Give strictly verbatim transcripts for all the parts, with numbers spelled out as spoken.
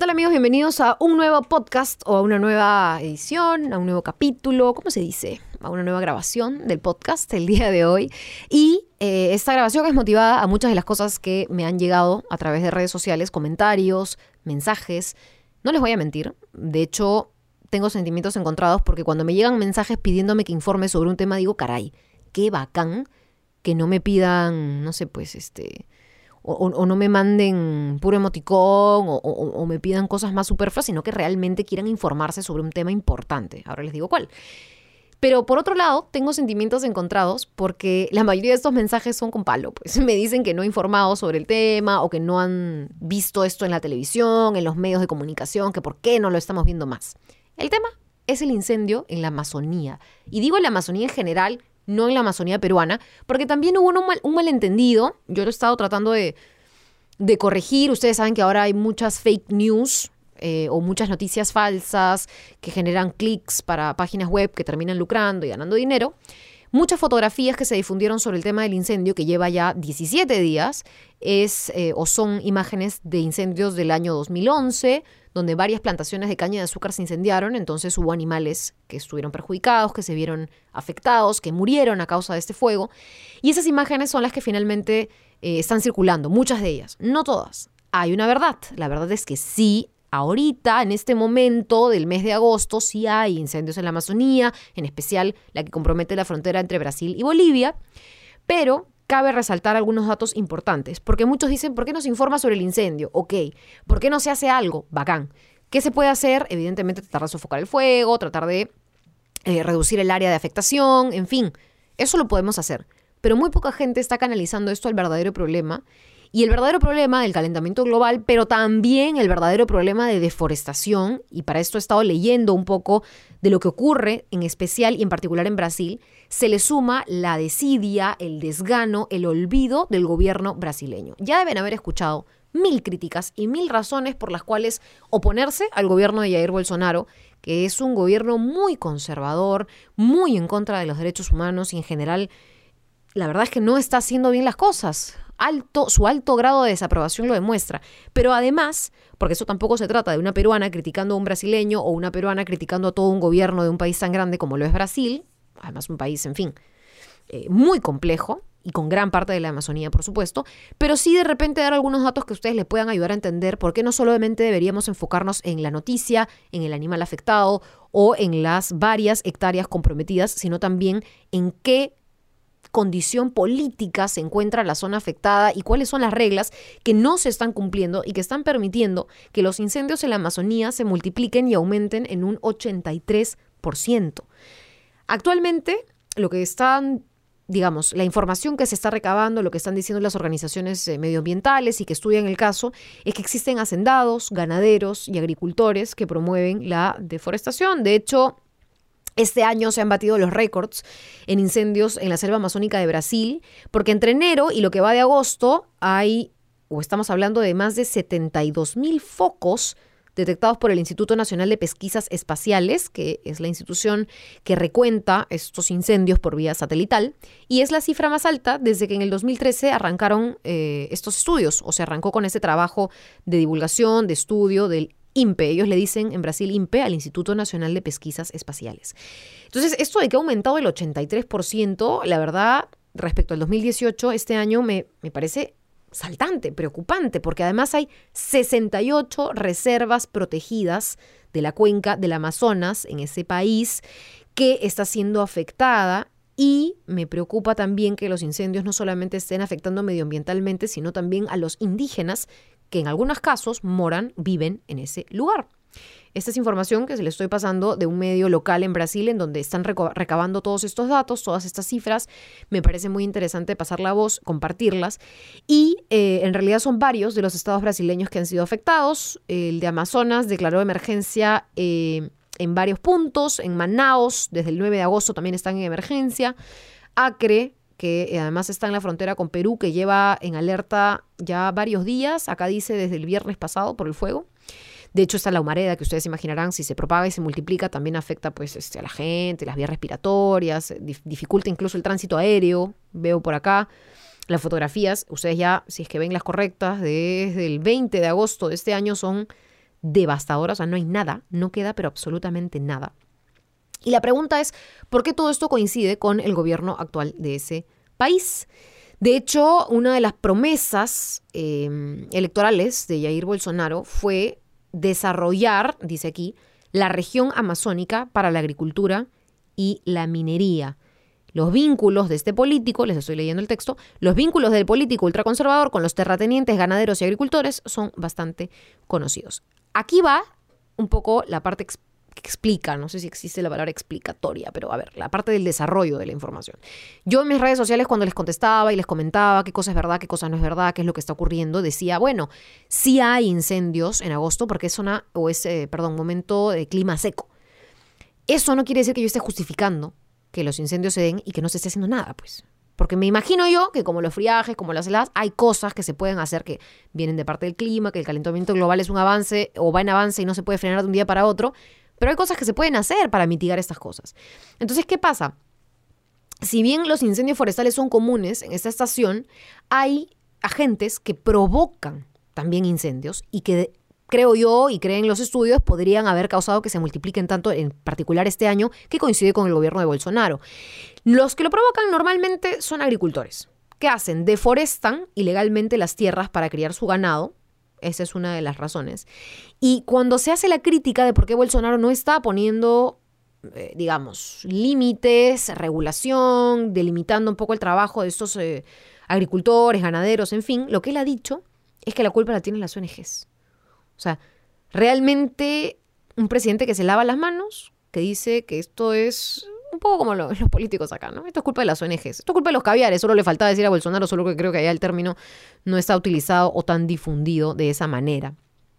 tal amigos? Bienvenidos a un nuevo podcast o a una nueva edición, a un nuevo capítulo, ¿cómo se dice? A una nueva grabación del podcast el día de hoy. Y eh, esta grabación es motivada a muchas de las cosas que me han llegado a través de redes sociales, comentarios, mensajes. No les voy a mentir, de hecho tengo sentimientos encontrados porque cuando me llegan mensajes pidiéndome que informe sobre un tema digo, caray, qué bacán que no me pidan, no sé, pues este... O, o, o no me manden puro emoticón o, o, o me pidan cosas más superfluas, sino que realmente quieran informarse sobre un tema importante. Ahora les digo cuál. Pero por otro lado, tengo sentimientos encontrados porque la mayoría de estos mensajes son con palo. Pues me dicen que no he informado sobre el tema o que no han visto esto en la televisión, en los medios de comunicación, que por qué no lo estamos viendo más. El tema es el incendio en la Amazonía. Y digo en la Amazonía en general, no en la Amazonía peruana, porque también hubo un, mal, un malentendido. Yo lo he estado tratando de, de corregir. Ustedes saben que ahora hay muchas fake news eh, o muchas noticias falsas que generan clics para páginas web que terminan lucrando y ganando dinero. Muchas fotografías que se difundieron sobre el tema del incendio, que lleva ya diecisiete días, es, eh, o son imágenes de incendios del año dos mil once, donde varias plantaciones de caña de azúcar se incendiaron. Entonces hubo animales que estuvieron perjudicados, que se vieron afectados, que murieron a causa de este fuego. Y esas imágenes son las que finalmente eh, están circulando, muchas de ellas, no todas. Hay una verdad, la verdad es que sí, ahorita, en este momento del mes de agosto, sí hay incendios en la Amazonía, en especial la que compromete la frontera entre Brasil y Bolivia, pero cabe resaltar algunos datos importantes, porque muchos dicen, ¿por qué no se informa sobre el incendio? Ok, ¿por qué no se hace algo? Bacán. ¿Qué se puede hacer? Evidentemente tratar de sofocar el fuego, tratar de eh, reducir el área de afectación, en fin, eso lo podemos hacer. Pero muy poca gente está canalizando esto al verdadero problema, y el verdadero problema del calentamiento global, pero también el verdadero problema de deforestación, y para esto he estado leyendo un poco de lo que ocurre en especial y en particular en Brasil, se le suma la desidia, el desgano, el olvido del gobierno brasileño. Ya deben haber escuchado mil críticas y mil razones por las cuales oponerse al gobierno de Jair Bolsonaro, que es un gobierno muy conservador, muy en contra de los derechos humanos y en general, la verdad es que no está haciendo bien las cosas. Alto, su alto grado de desaprobación lo demuestra. Pero además, porque eso tampoco se trata de una peruana criticando a un brasileño o una peruana criticando a todo un gobierno de un país tan grande como lo es Brasil, además un país, en fin, eh, muy complejo y con gran parte de la Amazonía, por supuesto, pero sí de repente dar algunos datos que a ustedes les puedan ayudar a entender por qué no solamente deberíamos enfocarnos en la noticia, en el animal afectado o en las varias hectáreas comprometidas, sino también en qué condición política se encuentra la zona afectada y cuáles son las reglas que no se están cumpliendo y que están permitiendo que los incendios en la Amazonía se multipliquen y aumenten en un ochenta y tres por ciento. Actualmente, lo que están, digamos, la información que se está recabando, lo que están diciendo las organizaciones eh, medioambientales y que estudian el caso, es que existen hacendados, ganaderos y agricultores que promueven la deforestación. De hecho, este año se han batido los récords en incendios en la selva amazónica de Brasil, porque entre enero y lo que va de agosto hay, o estamos hablando de más de setenta y dos mil focos detectados por el Instituto Nacional de Pesquisas Espaciales, que es la institución que recuenta estos incendios por vía satelital, y es la cifra más alta desde que en el dos mil trece arrancaron eh, estos estudios, o se arrancó con ese trabajo de divulgación, de estudio del INPE. Ellos le dicen en Brasil INPE al Instituto Nacional de Pesquisas Espaciales. Entonces, esto de que ha aumentado el ochenta y tres por ciento, la verdad, respecto al dos mil dieciocho, este año me, me parece saltante, preocupante, porque además hay sesenta y ocho reservas protegidas de la cuenca del Amazonas en ese país que está siendo afectada. Y me preocupa también que los incendios no solamente estén afectando medioambientalmente, sino también a los indígenas que en algunos casos moran, viven en ese lugar. Esta es información que se le estoy pasando de un medio local en Brasil en donde están reco- recabando todos estos datos, todas estas cifras. Me parece muy interesante pasar la voz, compartirlas. Y eh, en realidad son varios de los estados brasileños que han sido afectados. El de Amazonas declaró emergencia eh, en varios puntos. En Manaos, desde el nueve de agosto también están en emergencia. Acre, que además está en la frontera con Perú, que lleva en alerta ya varios días. Acá dice desde el viernes pasado por el fuego. De hecho, está la humareda, que ustedes imaginarán, si se propaga y se multiplica, también afecta pues, este, a la gente, las vías respiratorias, dif- dificulta incluso el tránsito aéreo. Veo por acá las fotografías. Ustedes ya, si es que ven las correctas, desde el veinte de agosto de este año son devastadora, o sea, no hay nada, no queda pero absolutamente nada. Y la pregunta es, ¿por qué todo esto coincide con el gobierno actual de ese país? De hecho, una de las promesas eh, electorales de Jair Bolsonaro fue desarrollar, dice aquí, la región amazónica para la agricultura y la minería. Los vínculos de este político, les estoy leyendo el texto, los vínculos del político ultraconservador con los terratenientes, ganaderos y agricultores son bastante conocidos. Aquí va un poco la parte exp- que explica, no sé si existe la palabra explicatoria, pero a ver, la parte del desarrollo de la información. Yo en mis redes sociales cuando les contestaba y les comentaba qué cosa es verdad, qué cosa no es verdad, qué es lo que está ocurriendo, decía, bueno, sí hay incendios en agosto porque es una, o es, eh, perdón, momento de clima seco. Eso no quiere decir que yo esté justificando que los incendios se den y que no se esté haciendo nada, pues. Porque me imagino yo que como los friajes, como las heladas, hay cosas que se pueden hacer que vienen de parte del clima, que el calentamiento global es un avance o va en avance y no se puede frenar de un día para otro, pero hay cosas que se pueden hacer para mitigar estas cosas. Entonces, ¿qué pasa? Si bien los incendios forestales son comunes en esta estación, hay agentes que provocan también incendios y que creo yo y creen los estudios podrían haber causado que se multipliquen tanto, en particular este año, que coincide con el gobierno de Bolsonaro. Los que lo provocan normalmente son agricultores. ¿Qué hacen? Deforestan ilegalmente las tierras para criar su ganado. Esa es una de las razones. Y cuando se hace la crítica de por qué Bolsonaro no está poniendo, eh, digamos, límites, regulación, delimitando un poco el trabajo de estos eh, agricultores, ganaderos, en fin, lo que él ha dicho es que la culpa la tienen las O N Ges. O sea, realmente un presidente que se lava las manos, que dice que esto es un poco como lo, los políticos acá, ¿no? Esto es culpa de las O N Ges, esto es culpa de los caviares, solo le faltaba decir a Bolsonaro, solo que creo que allá el término no está utilizado o tan difundido de esa manera.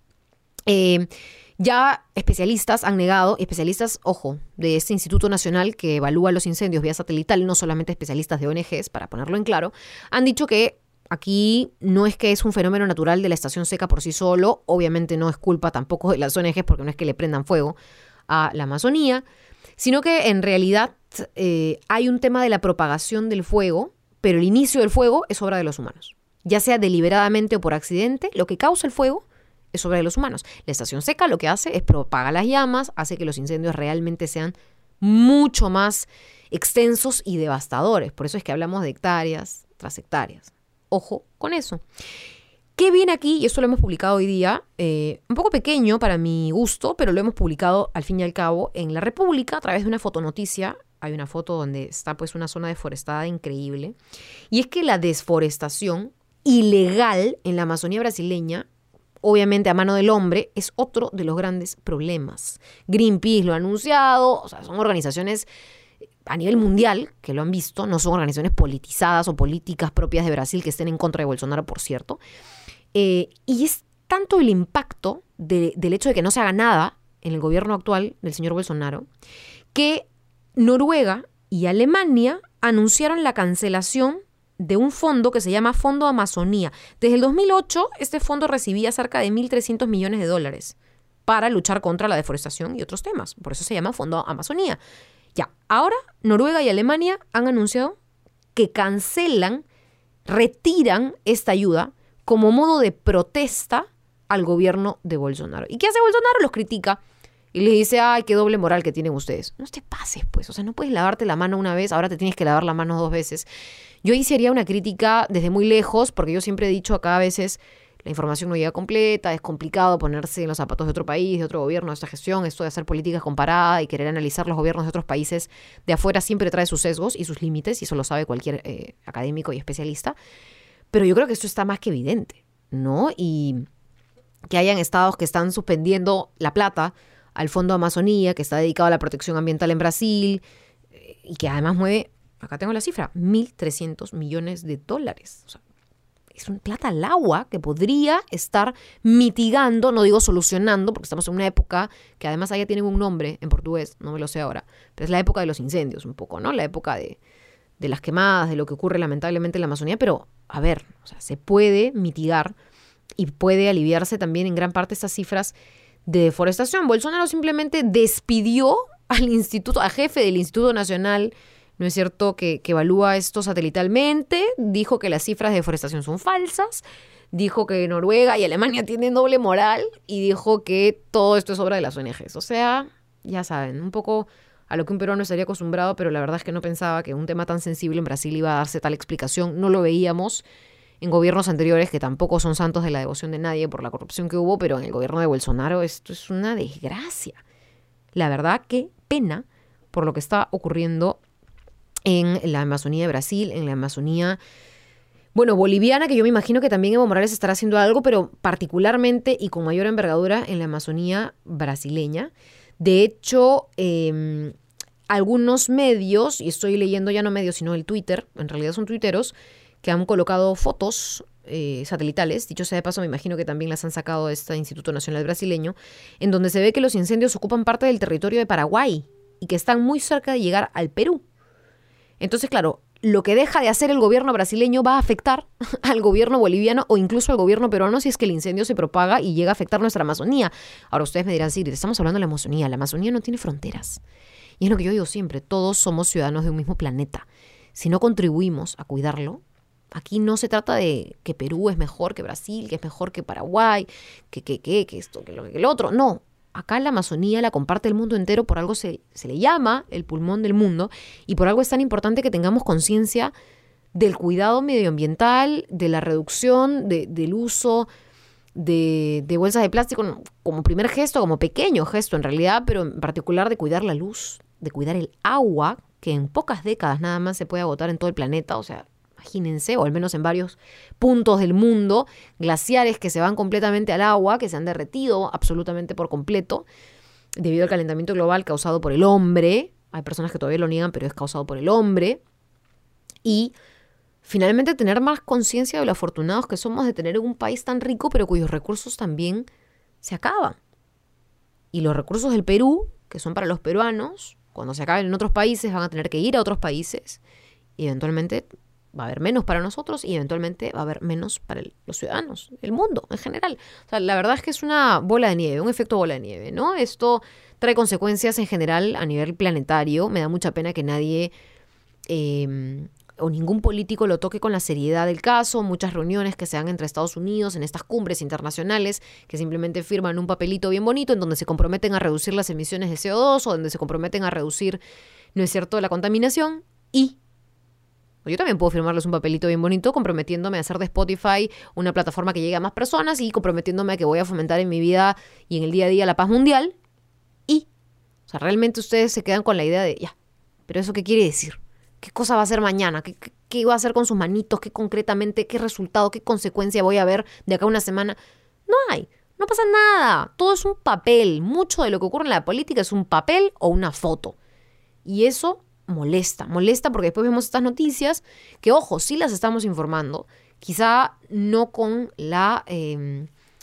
Eh, ya especialistas han negado, especialistas, ojo, de este Instituto Nacional que evalúa los incendios vía satelital, no solamente especialistas de O N Ges, para ponerlo en claro, han dicho que aquí no es que es un fenómeno natural de la estación seca por sí solo, obviamente no es culpa tampoco de las O N Ges porque no es que le prendan fuego a la Amazonía, sino que en realidad eh, hay un tema de la propagación del fuego, pero el inicio del fuego es obra de los humanos. Ya sea deliberadamente o por accidente, lo que causa el fuego es obra de los humanos. La estación seca lo que hace es propagar las llamas, hace que los incendios realmente sean mucho más extensos y devastadores. Por eso es que hablamos de hectáreas tras hectáreas. Ojo con eso. ¿Qué viene aquí? Y esto lo hemos publicado hoy día, eh, un poco pequeño para mi gusto, pero lo hemos publicado al fin y al cabo en La República a través de una fotonoticia. Hay una foto donde está pues una zona deforestada increíble. Y es que la desforestación ilegal en la Amazonía brasileña, obviamente a mano del hombre, es otro de los grandes problemas. Greenpeace lo ha anunciado, o sea, son organizaciones a nivel mundial, que lo han visto, no son organizaciones politizadas o políticas propias de Brasil que estén en contra de Bolsonaro, por cierto. Eh, y es tanto el impacto de, del hecho de que no se haga nada en el gobierno actual del señor Bolsonaro, que Noruega y Alemania anunciaron la cancelación de un fondo que se llama Fondo Amazonía. Desde el dos mil ocho, este fondo recibía cerca de mil trescientos millones de dólares para luchar contra la deforestación y otros temas. Por eso se llama Fondo Amazonía. Ya, ahora Noruega y Alemania han anunciado que cancelan, retiran esta ayuda como modo de protesta al gobierno de Bolsonaro. ¿Y qué hace Bolsonaro? Los critica y les dice, ay, qué doble moral que tienen ustedes. No te pases, pues. O sea, no puedes lavarte la mano una vez, ahora te tienes que lavar la mano dos veces. Yo ahí sería una crítica desde muy lejos, porque yo siempre he dicho acá a veces la información no llega completa, es complicado ponerse en los zapatos de otro país, de otro gobierno, de esta gestión, esto de hacer políticas comparadas y querer analizar los gobiernos de otros países de afuera siempre trae sus sesgos y sus límites, y eso lo sabe cualquier eh, académico y especialista. Pero yo creo que esto está más que evidente, ¿no? Y que hayan estados que están suspendiendo la plata al Fondo Amazonía, que está dedicado a la protección ambiental en Brasil, y que además mueve, acá tengo la cifra, mil trescientos millones de dólares. O sea, es una plata al agua que podría estar mitigando, no digo solucionando, porque estamos en una época que además allá tienen un nombre en portugués, no me lo sé ahora, pero es la época de los incendios un poco, ¿no? La época de, de las quemadas, de lo que ocurre lamentablemente en la Amazonía, pero a ver, o sea, se puede mitigar y puede aliviarse también en gran parte estas cifras de deforestación. Bolsonaro simplemente despidió al instituto, al jefe del Instituto Nacional, ¿no es cierto?, que, que evalúa esto satelitalmente, dijo que las cifras de deforestación son falsas, dijo que Noruega y Alemania tienen doble moral y dijo que todo esto es obra de las O N Ges. O sea, ya saben, un poco a lo que un peruano estaría acostumbrado, pero la verdad es que no pensaba que un tema tan sensible en Brasil iba a darse tal explicación. No lo veíamos en gobiernos anteriores, que tampoco son santos de la devoción de nadie por la corrupción que hubo, pero en el gobierno de Bolsonaro esto es una desgracia. La verdad, qué pena por lo que está ocurriendo en la Amazonía de Brasil, en la Amazonía, bueno, boliviana, que yo me imagino que también Evo Morales estará haciendo algo, pero particularmente y con mayor envergadura en la Amazonía brasileña. De hecho, eh, algunos medios, y estoy leyendo ya no medios, sino el Twitter, en realidad son tuiteros, que han colocado fotos eh, satelitales, dicho sea de paso, me imagino que también las han sacado de este Instituto Nacional Brasileño, en donde se ve que los incendios ocupan parte del territorio de Paraguay y que están muy cerca de llegar al Perú. Entonces, claro, lo que deja de hacer el gobierno brasileño va a afectar al gobierno boliviano o incluso al gobierno peruano si es que el incendio se propaga y llega a afectar nuestra Amazonía. Ahora ustedes me dirán, sí, estamos hablando de la Amazonía. La Amazonía no tiene fronteras. Y es lo que yo digo siempre, todos somos ciudadanos de un mismo planeta. Si no contribuimos a cuidarlo, aquí no se trata de que Perú es mejor que Brasil, que es mejor que Paraguay, que, que, que, que esto, que lo que el otro. No. Acá la Amazonía la comparte el mundo entero, por algo se, se le llama el pulmón del mundo y por algo es tan importante que tengamos conciencia del cuidado medioambiental, de la reducción de, del uso de, de bolsas de plástico como primer gesto, como pequeño gesto en realidad, pero en particular de cuidar la luz, de cuidar el agua, que en pocas décadas nada más se puede agotar en todo el planeta, o sea, imagínense, o al menos en varios puntos del mundo, glaciares que se van completamente al agua, que se han derretido absolutamente por completo debido al calentamiento global causado por el hombre. Hay personas que todavía lo niegan, pero es causado por el hombre. Y finalmente tener más conciencia de lo afortunados que somos de tener un país tan rico, pero cuyos recursos también se acaban. Y los recursos del Perú, que son para los peruanos, cuando se acaben en otros países, van a tener que ir a otros países y eventualmente va a haber menos para nosotros y eventualmente va a haber menos para el, los ciudadanos, el mundo en general. O sea, la verdad es que es una bola de nieve, un efecto bola de nieve, ¿no? Esto trae consecuencias en general a nivel planetario. Me da mucha pena que nadie eh, o ningún político lo toque con la seriedad del caso. Muchas reuniones que se dan entre Estados Unidos en estas cumbres internacionales que simplemente firman un papelito bien bonito en donde se comprometen a reducir las emisiones de C O dos o donde se comprometen a reducir, ¿no es cierto?, la contaminación y yo también puedo firmarles un papelito bien bonito comprometiéndome a hacer de Spotify una plataforma que llegue a más personas y comprometiéndome a que voy a fomentar en mi vida y en el día a día la paz mundial. Y, o sea, realmente ustedes se quedan con la idea de, ya, ¿pero eso qué quiere decir? ¿Qué cosa va a hacer mañana? ¿Qué, qué, qué va a hacer con sus manitos? ¿Qué concretamente? ¿Qué resultado? ¿Qué consecuencia voy a ver de acá a una semana? No hay. No pasa nada. Todo es un papel. Mucho de lo que ocurre en la política es un papel o una foto. Y eso molesta, molesta porque después vemos estas noticias que, ojo, sí las estamos informando, quizá no con la, eh,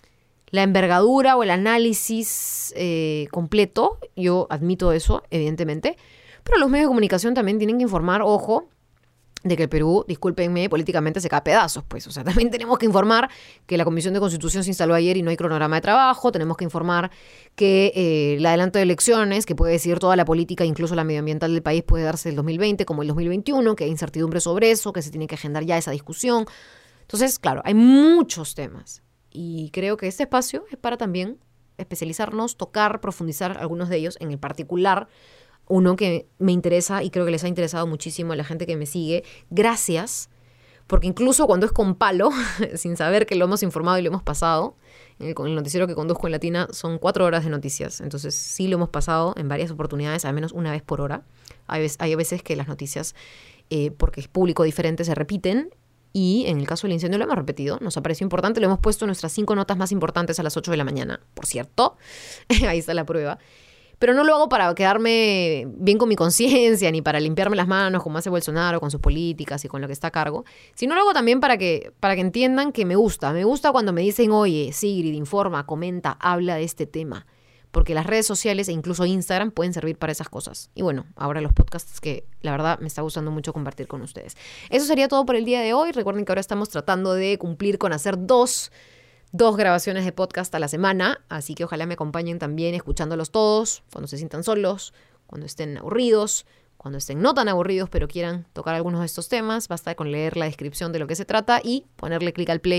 la envergadura o el análisis eh, completo, yo admito eso, evidentemente, pero los medios de comunicación también tienen que informar, ojo, de que el Perú, discúlpenme, políticamente se cae a pedazos, pues. O sea, también tenemos que informar que la Comisión de Constitución se instaló ayer y no hay cronograma de trabajo. Tenemos que informar que eh, el adelanto de elecciones, que puede decidir toda la política, incluso la medioambiental del país, puede darse el dos mil veinte como el dos mil veintiuno, que hay incertidumbre sobre eso, que se tiene que agendar ya esa discusión. Entonces, claro, hay muchos temas. Y creo que este espacio es para también especializarnos, tocar, profundizar algunos de ellos, en el particular uno que me interesa y creo que les ha interesado muchísimo a la gente que me sigue. Gracias, porque incluso cuando es con palo, sin saber que lo hemos informado y lo hemos pasado, en el, el noticiero que conduzco en Latina son cuatro horas de noticias, entonces sí lo hemos pasado en varias oportunidades, al menos una vez por hora. Hay veces, hay veces que las noticias, eh, porque es público diferente, se repiten. Y en el caso del incendio lo hemos repetido, nos ha parecido importante, lo hemos puesto en nuestras cinco notas más importantes a las ocho de la mañana, por cierto, ahí está la prueba. Pero no lo hago para quedarme bien con mi conciencia, ni para limpiarme las manos como hace Bolsonaro con sus políticas y con lo que está a cargo, sino lo hago también para que, para que entiendan que me gusta. Me gusta cuando me dicen, oye, Sigrid, informa, comenta, habla de este tema. Porque las redes sociales e incluso Instagram pueden servir para esas cosas. Y bueno, ahora los podcasts que la verdad me está gustando mucho compartir con ustedes. Eso sería todo por el día de hoy. Recuerden que ahora estamos tratando de cumplir con hacer dos Dos grabaciones de podcast a la semana, así que ojalá me acompañen también escuchándolos todos, cuando se sientan solos, cuando estén aburridos, cuando estén no tan aburridos, pero quieran tocar algunos de estos temas. Basta con leer la descripción de lo que se trata y ponerle clic al play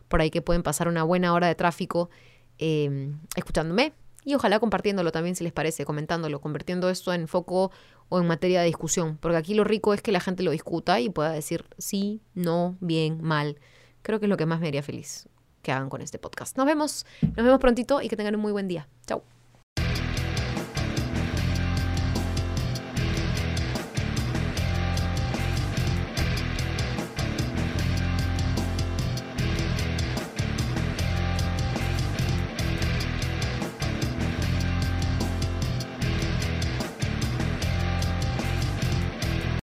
por ahí que pueden pasar una buena hora de tráfico eh, escuchándome y ojalá compartiéndolo también si les parece, comentándolo, convirtiendo esto en foco o en materia de discusión, porque aquí lo rico es que la gente lo discuta y pueda decir sí, no, bien, mal. Creo que es lo que más me haría feliz que hagan con este podcast. Nos vemos, nos vemos prontito y que tengan un muy buen día.